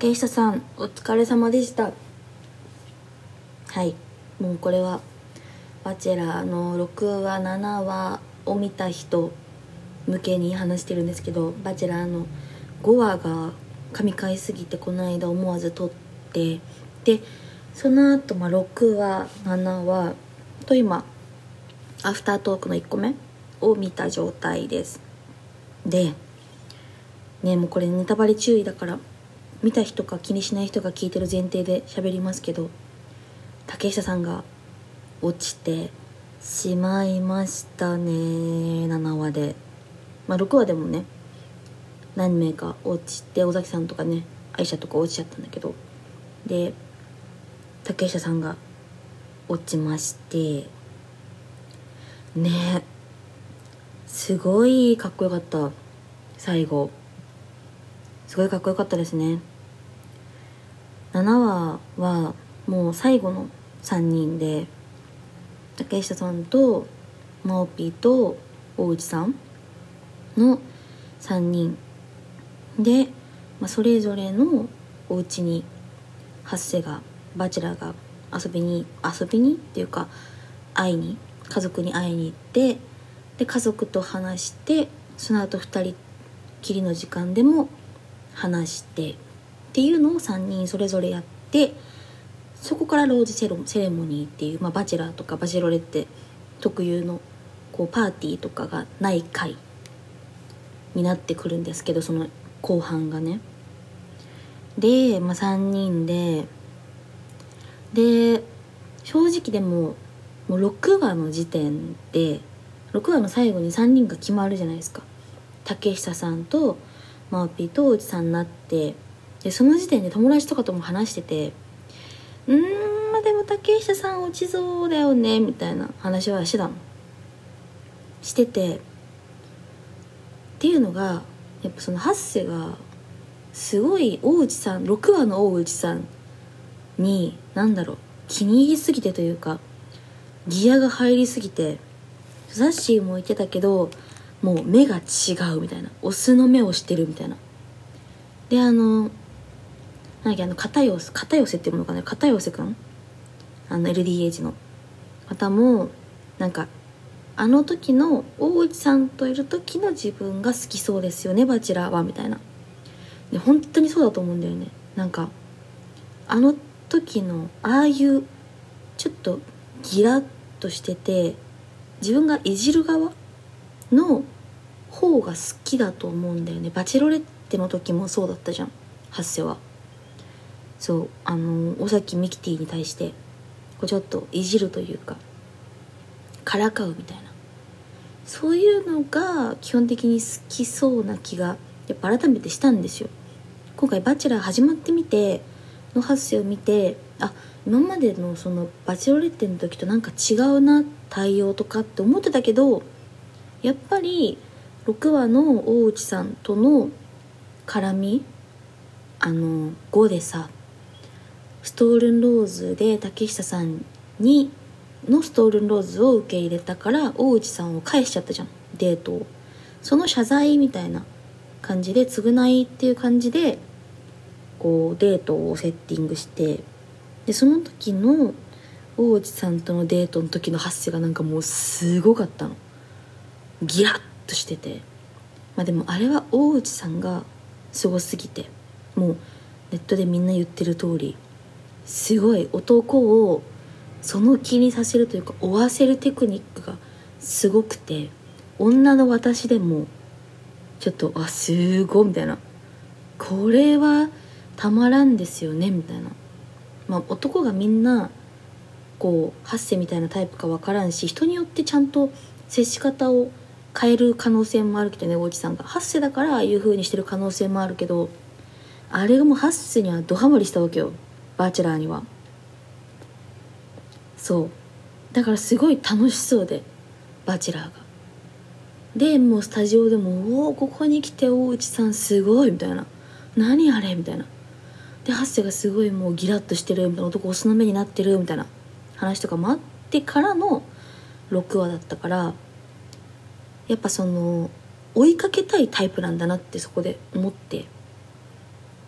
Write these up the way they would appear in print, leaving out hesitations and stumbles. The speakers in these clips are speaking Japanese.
竹下さんお疲れ様でした。はい、もうこれはバチェラーの6話7話を見た人向けに話してるんですけど、バチェラーの5話が神回すぎてこの間思わず撮って、でその後6話7話と今アフタートークの1個目を見た状態です。でね、もうこれネタバレ注意だから見た人か気にしない人が聞いてる前提で喋りますけど、竹下さんが落ちてしまいましたね。7話で、6話でもね何名か落ちて、尾崎さんとかね愛車とか落ちちゃったんだけど、で竹下さんが落ちましてね、すごいかっこよかった。最後すごいかっこよかったですね。7話はもう最後の3人で、竹下さんとマオピーと大内さんの3人で、それぞれのお家にハッセがバチェラーが遊びにっていうか家族に会いに行って、で家族と話して、その後2人きりの時間でも話してっていうのを3人それぞれやって、そこからローズセレモニーっていう、バチェラーとかバチェロレッテ特有のこうパーティーとかがない回になってくるんですけど、その後半がね。で、3人で正直でもう6話の時点で6話の最後に3人が決まるじゃないですか。竹下さんとマオピーと大内さんになって、でその時点で友達とかとも話してて、でも竹下さん落ちそうだよねみたいな話はしてて、っていうのがやっぱそのハッセがすごい大内さん、6話の大内さんに気に入りすぎてというか、ギアが入りすぎて、ザッシーも言ってたけどもう目が違うみたいな、オスの目をしてるみたいな。で片寄せっていうのかな、片寄せくんLDH の方もあの時の大内さんといる時の自分が好きそうですよねバチェラーはみたいな。で本当にそうだと思うんだよね。あの時のああいうちょっとギラッとしてて自分がいじる側の方が好きだと思うんだよね。バチェロレッテの時もそうだったじゃん、ハッセは。そう尾崎ミキティに対してこうちょっといじるというかからかうみたいな、そういうのが基本的に好きそうな気がやっぱ改めてしたんですよ。今回バチェラー始まってみてのハッセを見て、今までのそのバチェロレッテの時と違うな対応とかって思ってたけど、やっぱり6話の大内さんとの絡み5でさ、ストールンローズで竹下さんのストールンローズを受け入れたから大内さんを返しちゃったじゃん、デートを。その謝罪みたいな感じで、償いっていう感じでこうデートをセッティングして、でその時の大内さんとのデートの時の発声がもうすごかったの。ギラッとしてて、でもあれは大内さんがすごすぎて、もうネットでみんな言ってる通りすごい男をその気にさせるというか追わせるテクニックがすごくて、女の私でもちょっとすごいみたいな、これはたまらんですよねみたいな。男がみんなこうハッセみたいなタイプか分からんし、人によってちゃんと接し方を変える可能性もあるけどね、大内さんがハッセだからああいう風にしてる可能性もあるけど、あれがもうハッセにはドハマりしたわけよ、バチェラーには。そうだからすごい楽しそうで、バチェラーが。でもうスタジオでもここに来て大内さんすごいみたいな、何あれみたいな。でハッセがすごいもうギラッとしてるみたいな、男オスの目になってるみたいな話とかもあってからの6話だったから、やっぱ追いかけたいタイプなんだなってそこで思って、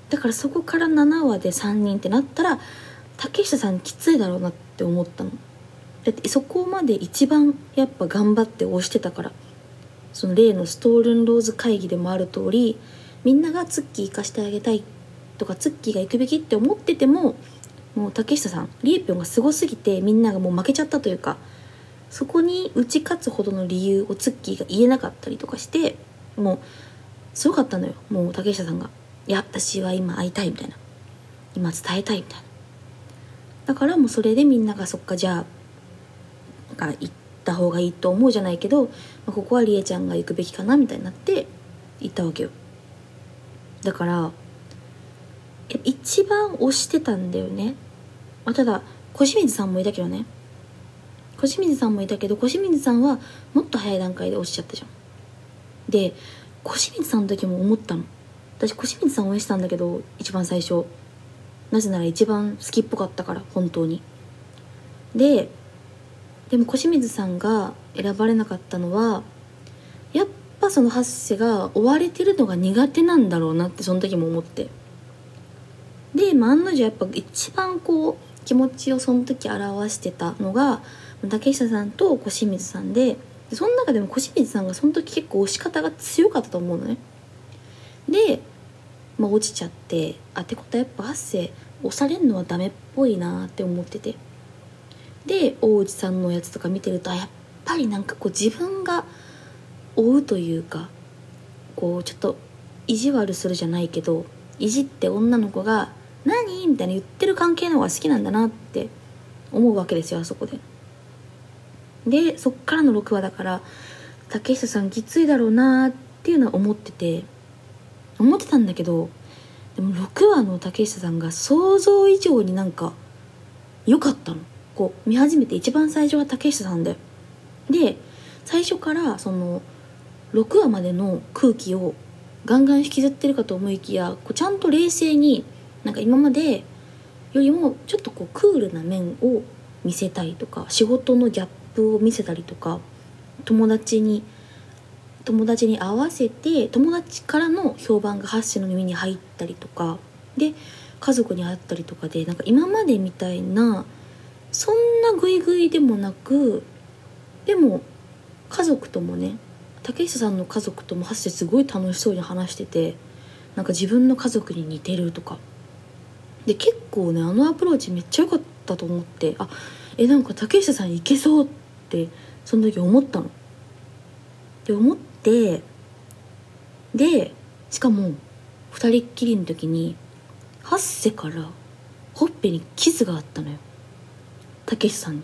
だからそこから7話で3人ってなったら竹下さんきついだろうなって思ったの。だってそこまで一番やっぱ頑張って推してたから。その例のストールンローズ会議でもある通り、みんながツッキー行かしてあげたいとかツッキーが行くべきって思ってても、もう竹下さんリエピョンがすごすぎてみんながもう負けちゃったというか、そこに打ち勝つほどの理由をツッキーが言えなかったりとかして、もうすごかったのよ。もう竹下さんがいや私は今会いたいみたいな、今伝えたいみたいな。だからもうそれでみんながそっかじゃあ行った方がいいと思うじゃないけど、ここはリエちゃんが行くべきかなみたいになって行ったわけよ。だから一番推してたんだよね。ただ小清水さんもいたけどね。小清水さんもいたけど、小清水さんはもっと早い段階で推しちゃったじゃん。で小清水さんの時も思ったの。私小清水さん応援したんだけど、一番最初。なぜなら一番好きっぽかったから、本当に。でも小清水さんが選ばれなかったのは、やっぱそのハッセが追われてるのが苦手なんだろうなってその時も思って。で、案の定やっぱ一番こう気持ちをその時表してたのが竹下さんと小清水さんで、その中でも小清水さんがその時結構推し方が強かったと思うのね。で、落ちちゃって、ってことはやっぱハッセ押されるのはダメっぽいなって思ってて、で大内さんのやつとか見てると、やっぱりなんかこう自分が追うというか、こうちょっと意地悪するじゃないけど、いじって女の子が何みたいな言ってる関係の方が好きなんだなって思うわけですよ、あそこで。でそっからの6話だから竹下さんきついだろうなっていうのは思ってたんだけど、でも6話の竹下さんが想像以上になんか良かったの。こう見始めて一番最初は竹下さんで、最初からその6話までの空気をガンガン引きずってるかと思いきや、こうちゃんと冷静になんか今までよりもちょっとこうクールな面を見せたりとか、仕事のギャップを見せたりとか、友達に合わせて友達からの評判がハッシュの耳に入ったりとかで、家族に会ったりとかで、なんか今までみたいなそんなグイグイでもなく、でも家族ともね、竹下さんの家族ともハッシュすごい楽しそうに話してて、なんか自分の家族に似てるとかで、結構ねあのアプローチめっちゃ良かったと思って、なんか竹下さんいけそうってその時思ったの。で思って、でしかも二人っきりの時にハッセからほっぺにキスがあったのよ、竹下さんに。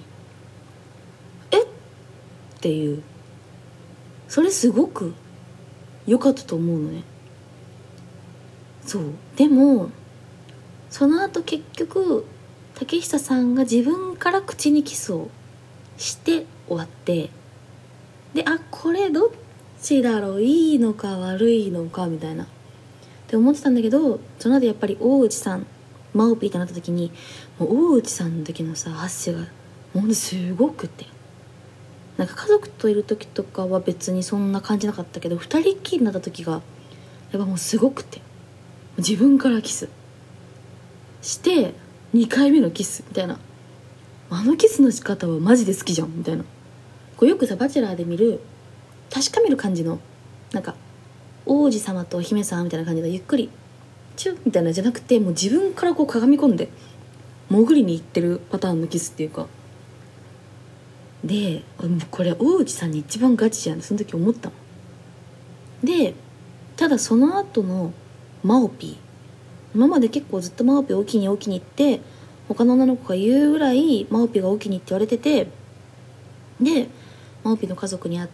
っていう、それすごく良かったと思うのね。そうでもその後結局竹下さんが自分から口にキスをして終わって、でこれどっちだろう、いいのか悪いのかみたいなって思ってたんだけど、その後やっぱり大内さんマオピーってなった時に、もう大内さんの時のさハッセがもうすごくて、なんか家族といる時とかは別にそんな感じなかったけど、二人っきりになった時がやっぱもうすごくて、自分からキスして2回目のキスみたいな、あのキスの仕方はマジで好きじゃんみたいな。こうよくさバチェラーで見る確かめる感じの、なんか王子様とお姫様みたいな感じでゆっくりチュッみたいなじゃなくて、もう自分からこう鏡込んで潜りに行ってるパターンのキスっていうかで、これ大内さんに一番ガチじゃんってその時思ったの。でただその後のマオピー、今まで結構ずっとマオピーを置きに置きに行って、他の女の子が言うぐらいマオピーが置きにって言われてて、でマオピーの家族に会って、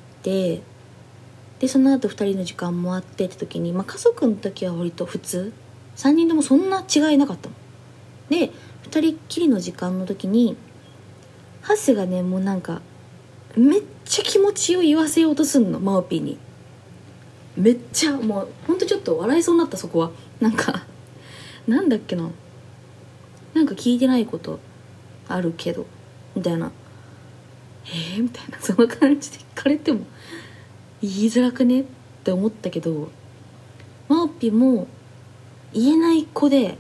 でその後2人の時間もあってって時に、家族の時は割と普通、3人ともそんな違いなかったので、2人っきりの時間の時にハッセがね、もうなんかめっちゃ気持ちを言わせようとすんの、マオピーに。めっちゃもうほんとちょっと笑いそうになった。そこはなんかなんだっけな、なんか聞いてないことあるけどみたいな、みたいな、その感じで聞かれても言いづらくねって思ったけど、マオピも言えない子で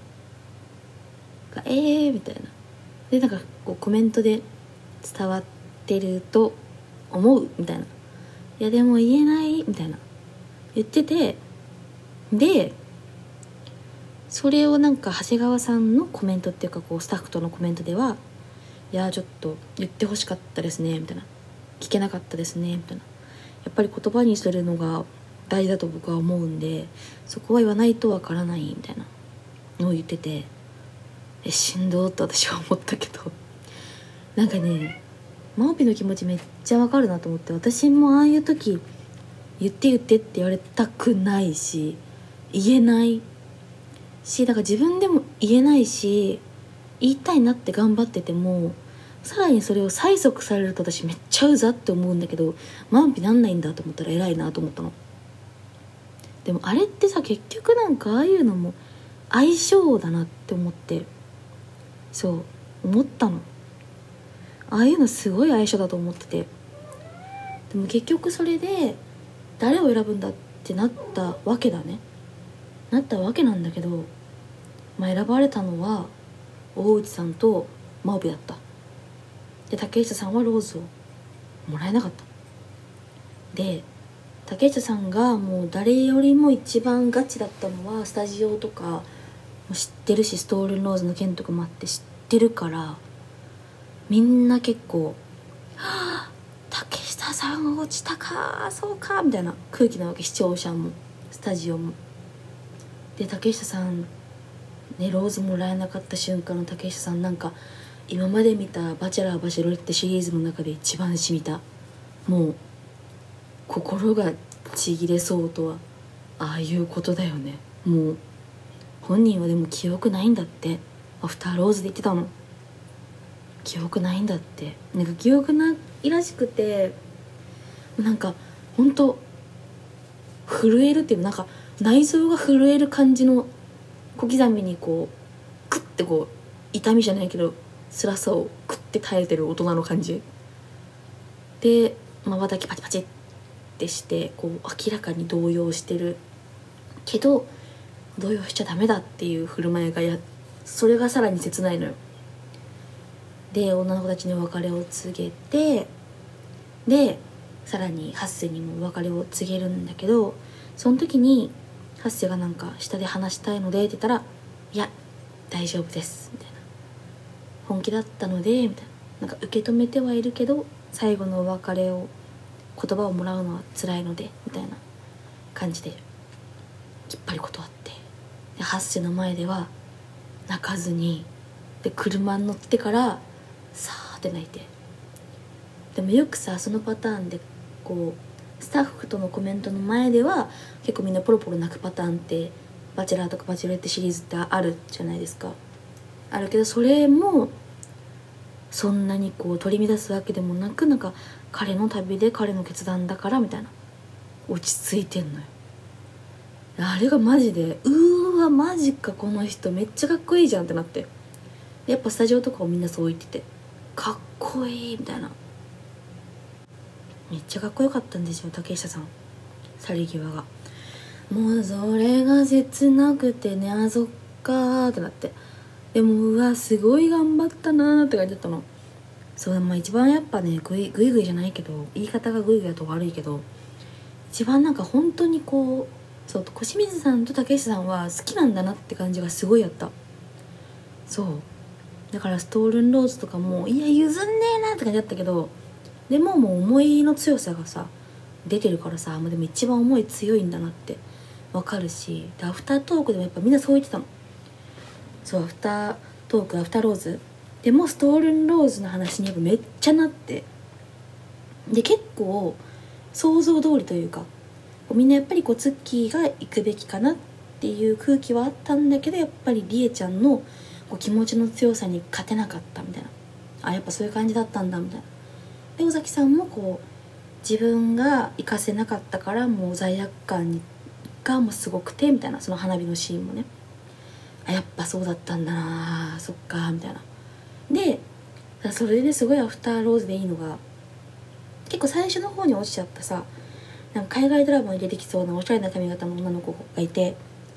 みたいなでなんかこうコメントで伝わってると思うみたいな、いやでも言えないみたいな言ってて、でそれをなんか長谷川さんのコメントっていうかこうスタッフとのコメントでは、いやちょっと言ってほしかったですねみたいな、聞けなかったですねみたいな、やっぱり言葉にするのが大事だと僕は思うんで、そこは言わないとわからないみたいなのを言ってて、しんどーって私は思ったけど、なんかねマオピの気持ちめっちゃわかるなと思って、私もああいう時言ってって言われたくないし言えないし、だから自分でも言えないし言いたいなって頑張ってても、さらにそれを催促されると私めっちゃうざって思うんだけど、マオピなんないんだと思ったら偉いなと思ったの。でもあれってさ、結局なんかああいうのも相性だなって思って、そう思ったの。ああいうのすごい相性だと思ってて、でも結局それで誰を選ぶんだってなったわけだね。なったわけなんだけど、選ばれたのは大内さんとマオピだった。で竹下さんはローズをもらえなかった。で竹下さんがもう誰よりも一番ガチだったのはスタジオとかも知ってるし、ストールンローズの件とかもあって知ってるから、みんな結構はあ竹下さん落ちたかそうかみたいな空気なわけ、視聴者もスタジオも。で竹下さんね、ローズもらえなかった瞬間の竹下さん、なんか今まで見たバチェラーバチェロレッテシリーズの中で一番染みた。もう心がちぎれそうとはああいうことだよね。もう本人はでも記憶ないんだって、アフターローズで言ってたの。記憶ないんだって、なんか記憶ないらしくて、なんかほんと震えるっていう、なんか内臓が震える感じの小刻みにこうクッてこう痛みじゃないけど辛さをクッて耐えてる大人の感じで、瞬きパチパチってしてこう明らかに動揺してるけど動揺しちゃダメだっていう振る舞いがそれがさらに切ないのよ。で女の子たちにお別れを告げて、でさらにハッセにもお別れを告げるんだけど、その時にハッセがなんか下で話したいのでって言ったら、いや大丈夫ですみたいな、本気だったのでみたいな、なんか受け止めてはいるけど最後のお別れを言葉をもらうのは辛いのでみたいな感じできっぱり断って、でハッセの前では泣かずに、で車に乗ってからさーって泣いて、でもよくさそのパターンでこうスタッフとのコメントの前では結構みんなポロポロ泣くパターンってバチェラーとかバチェロレッテシリーズってあるじゃないですか。あるけどそれもそんなにこう取り乱すわけでもなく、なんか彼の旅で彼の決断だからみたいな落ち着いてんのよ。あれがマジでわマジかこの人めっちゃかっこいいじゃんってなって、やっぱスタジオとかをみんなそう言っててかっこいいみたいな、めっちゃかっこよかったんですよ竹下さん、去り際が。もうそれが切なくてね、あそっかーってなって、でもうわすごい頑張ったなーって感じだったの。そう、一番やっぱねグイグイじゃないけど、言い方がグイグイだと悪いけど、一番なんか本当にこうそう小清水さんと竹下さんは好きなんだなって感じがすごいあった。そうだからストールンローズとかもいや譲んねえなって感じだったけど、でももう思いの強さがさ出てるからさ、でも一番思い強いんだなってわかるし、でアフタートークでもやっぱみんなそう言ってたの。そうアフタートークアフターローズでもストールンローズの話にやっぱめっちゃなって、で結構想像通りというか、みんなやっぱりこうツッキーが行くべきかなっていう空気はあったんだけど、やっぱりりえちゃんのこう気持ちの強さに勝てなかったみたいな、あやっぱそういう感じだったんだみたいな。で尾崎さんもこう自分が行かせなかったからもう罪悪感がもうすごくてみたいな、その花火のシーンもね、あやっぱそうだったんだなそっかみたいな。でそれですごいアフターローズでいいのが、結構最初の方に落ちちゃったさ、なんか海外ドラマに出てきそうなおしゃれな髪型の女の子がいて、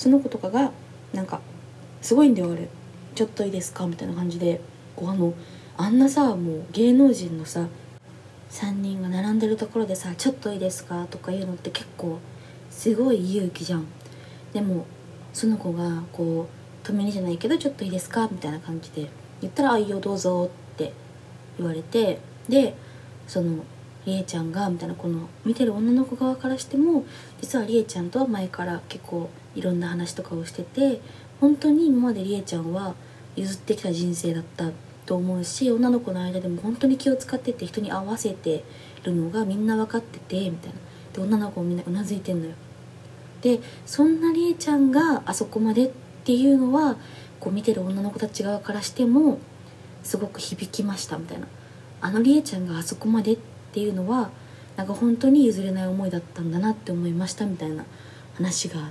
その子とかがなんかすごいんだよあれ、ちょっといいですかみたいな感じで、こうあんなさ、もう芸能人のさ3人が並んでるところでさ、ちょっといいですかとか言うのって結構すごい勇気じゃん。でもその子がこう止めにじゃないけど、ちょっといいですかみたいな感じで言ったら、あ、いいよどうぞって言われて、でそのりえちゃんがみたいな、この見てる女の子側からしても、実はりえちゃんとは前から結構いろんな話とかをしてて、本当に今までりえちゃんは譲ってきた人生だったと思うし、女の子の間でも本当に気を使ってて、人に合わせてるのがみんな分かっててみたいな。で女の子もみんなうなずいてんのよ。でそんなりえちゃんがあそこまでっていうのは、こう見てる女の子たち側からしてもすごく響きましたみたいな。あのりえちゃんがあそこまでっていうのはなんか本当に譲れない思いだったんだなって思いましたみたいな話があって、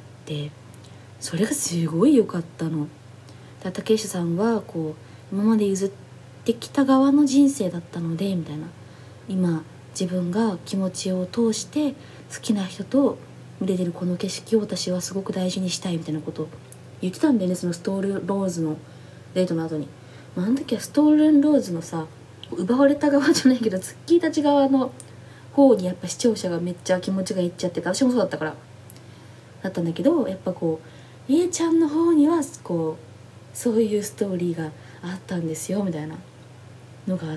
それがすごい良かったの。竹下さんはこう今まで譲ってきた側の人生だったのでみたいな、今自分が気持ちを通して好きな人と見れてるこの景色を私はすごく大事にしたいみたいなことを言ってたんだよね、そのストールローズのデートの後に。あの時はストールローズのさ、奪われた側じゃないけどツッキーたち側の方にやっぱ視聴者がめっちゃ気持ちがいっちゃってて、私もそうだったからだったんだけど、やっぱこうりえちゃんの方にはこうそういうストーリーがあったんですよみたいなのがあって、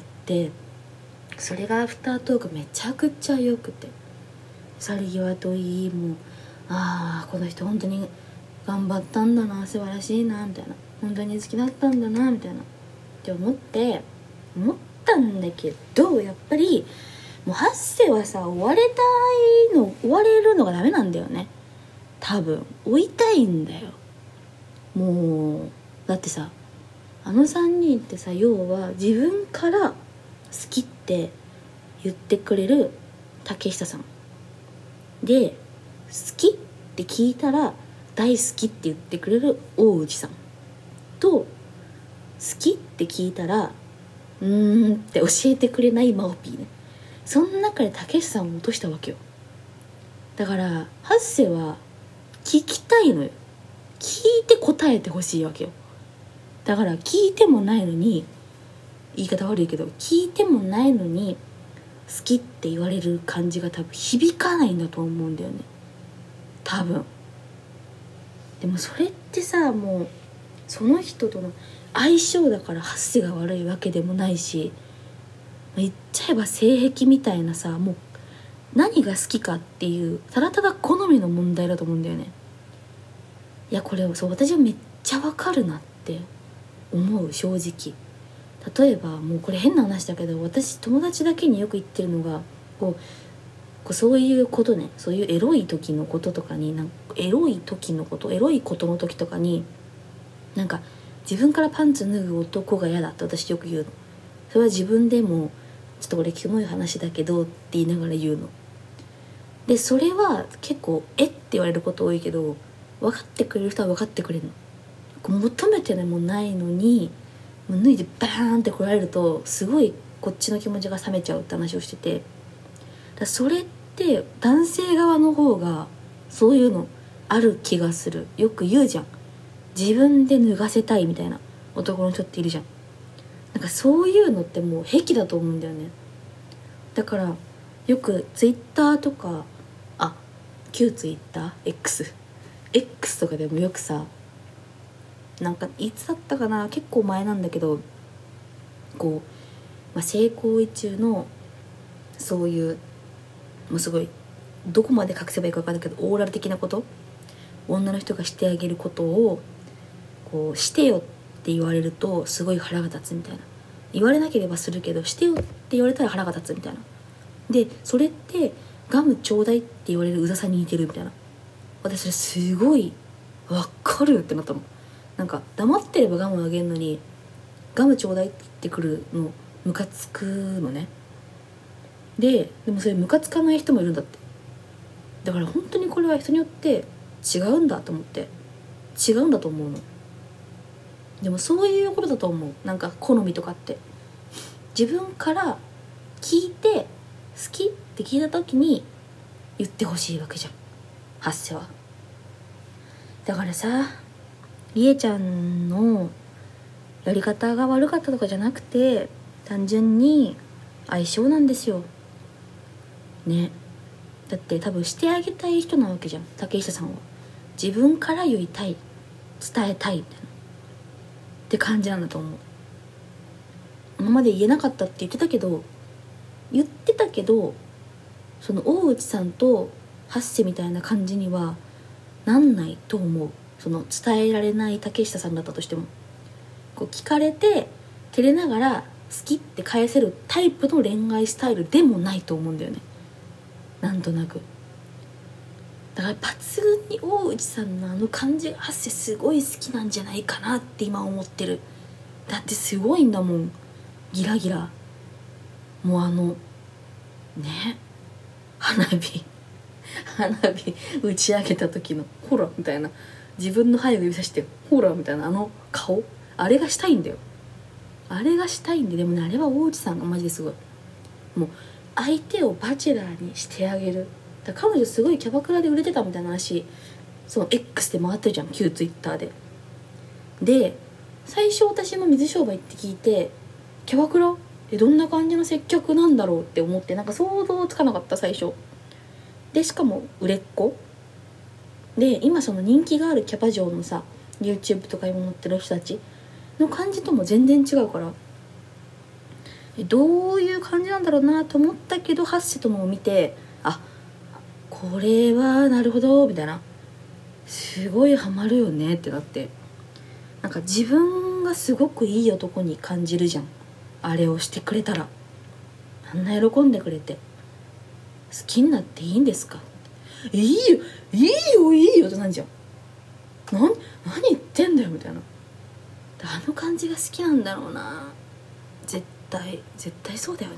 それがアフタートークめちゃくちゃ良くて、去り際といい、もうああこの人本当に頑張ったんだな、素晴らしいなみたいな、本当に好きだったんだなみたいなって思ったんだけど、やっぱりもうハッセはさ、追われるのがダメなんだよね。多分追いたいんだよ。もうだってさ、あの3人ってさ、要は自分から好きって言ってくれる竹下さんで、好きって聞いたら大好きって言ってくれる大内さんと、好きって聞いたらって教えてくれないマオピーね。その中で竹下さんを落としたわけよ。だからハッセは聞きたいのよ。聞いて答えてほしいわけよ。だから聞いてもないのに、言い方悪いけど聞いてもないのに好きって言われる感じが多分響かないんだと思うんだよね、多分。でもそれってさ、もうその人との相性だからハッセが悪いわけでもないし、言っちゃえば性癖みたいなさ、もう何が好きかっていうただただ好みの問題だと思うんだよね。いやこれそう、私はめっちゃわかるなって思う、正直。例えばもうこれ変な話だけど、私友達だけによく言ってるのが、こうそういうことね、そういうエロい時のこととかに、エロいことの時とかに、なんか自分からパンツ脱ぐ男が嫌だって私よく言うの。それは自分でもちょっとこれキモい話だけどって言いながら言うので、それは結構って言われること多いけど、分かってくれる人は分かってくれるの。求めてもないのにもう脱いでバーンって来られると、すごいこっちの気持ちが冷めちゃうって話をしてて、それって男性側の方がそういうのある気がする。よく言うじゃん、自分で脱がせたいみたいな男の人っているじゃん。なんかそういうのってもう癖だと思うんだよね。だからよくツイッターとか、旧ツイッター X とかでもよくさ、なんかいつだったかな、結構前なんだけど、こう、性行為中のそういうもうすごいどこまで隠せばいいか分かんないけどオーラル的なこと、女の人がしてあげることをこうしてよって言われるとすごい腹が立つみたいな。言われなければするけどしてよって言われたら腹が立つみたいな。でそれってガムちょうだいって言われるうざさに似てるみたいな。私それすごい分かるってなったもん。なんか黙ってればガムあげるのにガムちょうだいって言ってくるのムカつくのね。でもそれムカつかない人もいるんだって。だから本当にこれは人によって違うんだと思って、違うんだと思うの。でもそういうことだと思う。なんか好みとかって自分から聞いて好きって聞いた時に言ってほしいわけじゃん、発声は。 だからさ、りえちゃんのやり方が悪かったとかじゃなくて、単純に相性なんですよね。だって多分してあげたい人なわけじゃん、竹下さんは。自分から言いたい、伝えたいみたいなって感じなんだと思う。今まで言えなかったって言ってたけど、その大内さんとハッセみたいな感じにはなんないと思う。その伝えられない竹下さんだったとしても、こう聞かれて照れながら好きって返せるタイプの恋愛スタイルでもないと思うんだよね、なんとなく。だから抜群に大内さんのあの感じがハッセすごい好きなんじゃないかなって今思ってる。だってすごいんだもん、ギラギラ。もうね、花火打ち上げた時のほらみたいな、自分の背後指さしてほらみたいなあの顔、あれがしたいんだよ。あれがしたいんで。でもね、あれは大内さんがマジですごい。もう相手をバチェラーにしてあげる。だから彼女すごいキャバクラで売れてたみたいな話、その X で回ってるじゃん、旧 Twitter で。で最初私も水商売って聞いて、キャバクラどんな感じの接客なんだろうって思って、なんか想像つかなかった最初で。しかも売れっ子で、今その人気があるキャバ嬢のさ YouTube とかにも載ってる人たちの感じとも全然違うから、どういう感じなんだろうなと思ったけど、ハッセとのを見て、あ、これはなるほどみたいな、すごいハマるよねってなって、なんか自分がすごくいい男に感じるじゃん、あれをしてくれたら。あんな喜んでくれて、好きになっていいんですか、いいよいいよってなんじゃん。何言ってんだよみたいな。あの感じが好きなんだろうな。絶対そうだよね。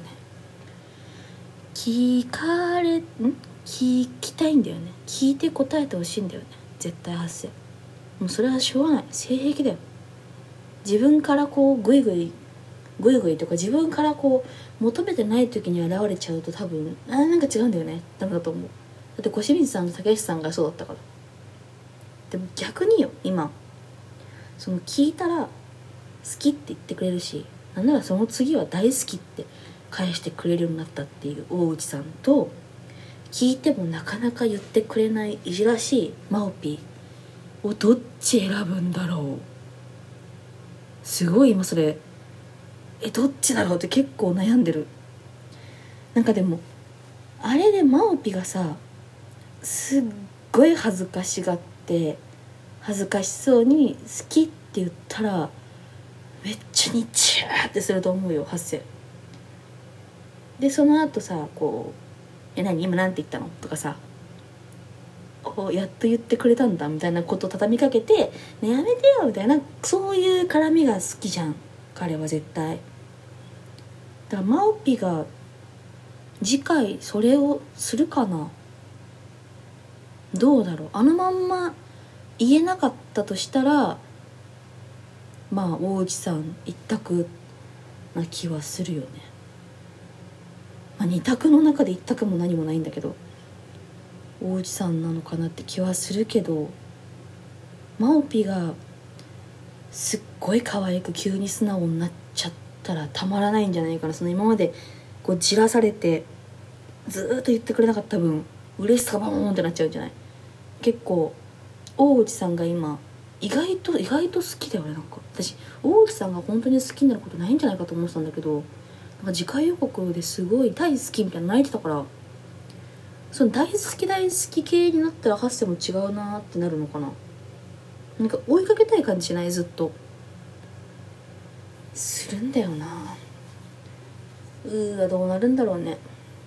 聞きたいんだよね。聞いて答えてほしいんだよね、絶対発生。もうそれはしょうがない、性癖だよ。自分からこうグイグイとか、自分からこう求めてない時に現れちゃうと、多分なんか違うんだよね、ダメだと思う。だって小清水さんと竹内さんがそうだったから。でも逆によ、今その聞いたら好きって言ってくれるし、なんならその次は大好きって返してくれるようになったっていう大内さんと、聞いてもなかなか言ってくれないいじらしいマオピーをどっち選ぶんだろう。すごい今それどっちだろうって結構悩んでる。なんかでもあれでマオピがさ、すっごい恥ずかしがって恥ずかしそうに好きって言ったら、めっちゃニチャーってすると思うよ、発声で。その後さ、こう何今なんて言ったのとかさ、やっと言ってくれたんだみたいなことを畳みかけて、ね、やめてよみたいな、そういう絡みが好きじゃん彼は絶対。だからマオピが次回それをするかな。どうだろう。あのまんま言えなかったとしたら、まあ大内さん一択な気はするよね。まあ、二択の中で一択も何もないんだけど、大内さんなのかなって気はするけど、マオピがすっごい可愛く急に素直になっちゃったらたまらないんじゃないかな。その今までこうじらされてずーっと言ってくれなかった分、嬉しさがボーンってなっちゃうんじゃない。結構大内さんが今意外と好きだよね。なんか私大内さんが本当に好きになることないんじゃないかと思ってたんだけど、なんか次回予告ですごい大好きみたいな泣いてたから、その大好き系になったらハッセも違うなってなるのかな。なんか追いかけたい感じしない？ずっとするんだよな。どうなるんだろうね。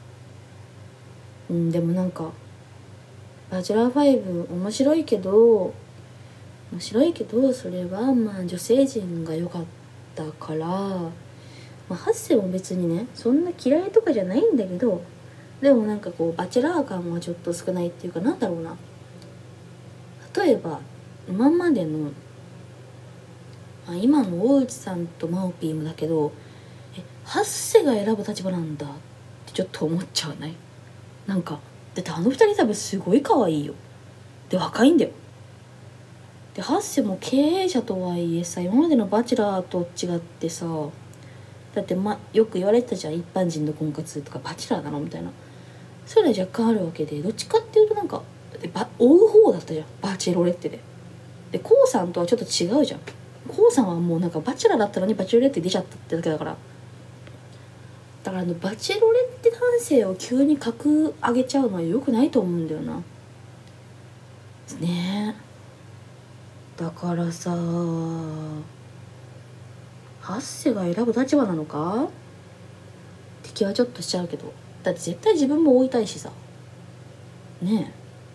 でもなんかバチェラー5面白いけど、それはまあ女性陣が良かったから、まあ、ハッセも別にねそんな嫌いとかじゃないんだけど、でもなんかこうバチェラー感はちょっと少ないっていうか、なんだろうな。例えば今までの、今の大内さんとマオピーもだけど、ハッセが選ぶ立場なんだってちょっと思っちゃうね。なんかだってあの二人多分すごい可愛いよ。で若いんだよ。 でハッセも経営者とはいえさ、今までのバチェラーと違ってさ、だって、よく言われてたじゃん、一般人の婚活とかバチェラーなのみたいな。それは若干あるわけで、どっちかっていうとなんか追う方だったじゃん、バチェロレッテで。でコウさんとはちょっと違うじゃん。コウさんはもうなんかバチェラーだったのにバチェロレッテ出ちゃったってだけだから。だからバチェロレッテ男性を急に格上げちゃうのは良くないと思うんだよな。ねえ。だからさ、ハッセが選ぶ立場なのかって気はちょっとしちゃうけど、だって絶対自分も追いたいしさ。ね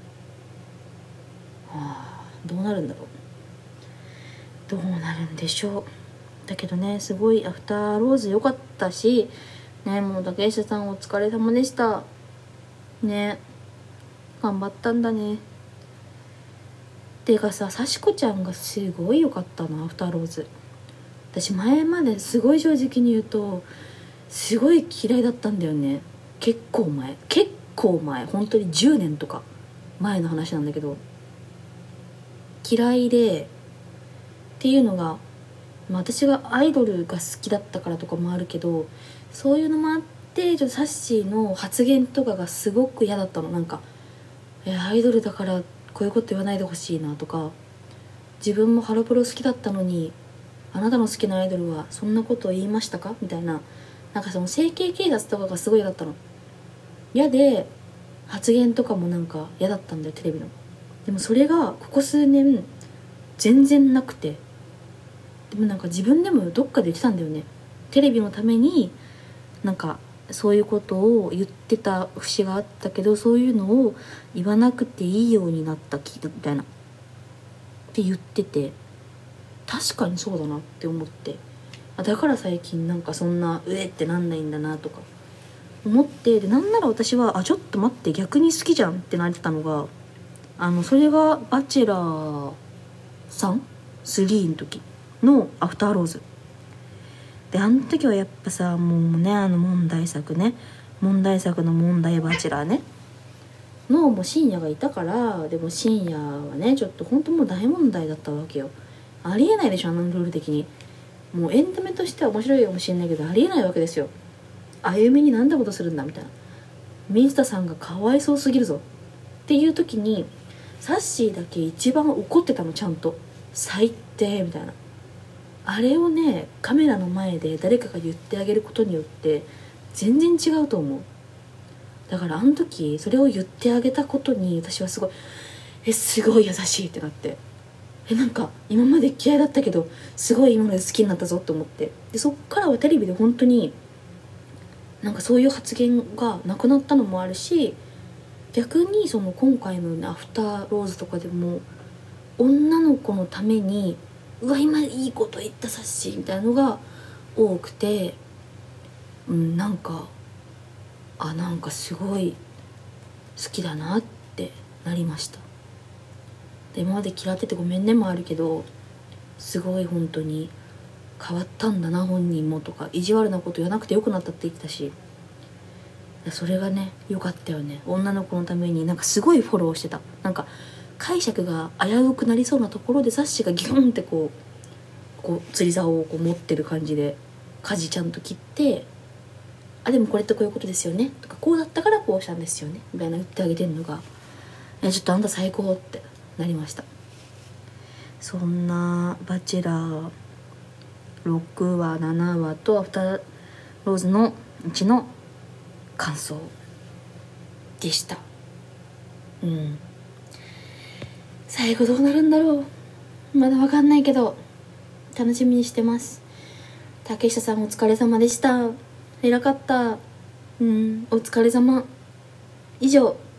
え。どうなるんだろう。どうなるんでしょう。だけどね、すごいアフターローズ良かったしね、もう竹下さんお疲れ様でしたね。頑張ったんだね。てかさ、さしこちゃんがすごい良かったな、アフターローズ。私前まですごい正直に言うとすごい嫌いだったんだよね。結構前本当に10年とか前の話なんだけど、嫌いでっていうのが、私がアイドルが好きだったからとかもあるけど、そういうのもあってちょっとサッシーの発言とかがすごく嫌だったの。なんかアイドルだからこういうこと言わないでほしいなとか、自分もハロプロ好きだったのにあなたの好きなアイドルはそんなことを言いましたかみたいな、なんかその整形警察とかがすごい嫌だったの。嫌で発言とかもなんか嫌だったんだよ、テレビの。でもそれがここ数年全然なくて、でもなんか自分でもどっかで言ってたんだよね。テレビのためになんかそういうことを言ってた節があったけど、そういうのを言わなくていいようになったみたいなって言ってて、確かにそうだなって思って、だから最近なんかそんなってなんないんだなとか思って、でなんなら私はちょっと待って、逆に好きじゃんってなってたのが、それがバチェラー3の時のアフターローズで、あの時はやっぱさ、もうね、問題作の問題バチェラーねのもう深夜がいたから。でも深夜はね、ちょっと本当もう大問題だったわけよ。ありえないでしょ、ルール的に。もうエンタメとしては面白いかもしれないけど、ありえないわけですよ。あゆみになんてことするんだみたいな、水田さんがかわいそうすぎるぞっていう時に、サッシーだけ一番怒ってたの、ちゃんと。最低みたいな。あれをね、カメラの前で誰かが言ってあげることによって全然違うと思う。だからあの時それを言ってあげたことに私はすごい優しいってなって、なんか今まで嫌いだったけどすごい今まで好きになったぞって思って、でそっからはテレビで本当になんかそういう発言がなくなったのもあるし、逆にその今回の、ね、アフターローズとかでも女の子のために今いいこと言ったさっしーみたいなのが多くて、なんかなんかすごい好きだなってなりました。で今まで嫌っててごめんねもあるけど、すごい本当に変わったんだな本人もとか、意地悪なこと言わなくてよくなったって言ってたし、それがね良かったよね。女の子のためになんかすごいフォローしてた。なんか解釈が危うくなりそうなところでサッシがギュンってこう釣り竿をこう持ってる感じで舵ちゃんと切って、でもこれってこういうことですよねとか、こうだったからこうしたんですよねみたいな言ってあげてるのが、ちょっとあんた最高ってなりました。そんなバチェラー6話7話とアフターローズのうちの感想でした。最後どうなるんだろう、まだわかんないけど楽しみにしてます。竹下さんお疲れ様でした。偉かった。お疲れ様。以上。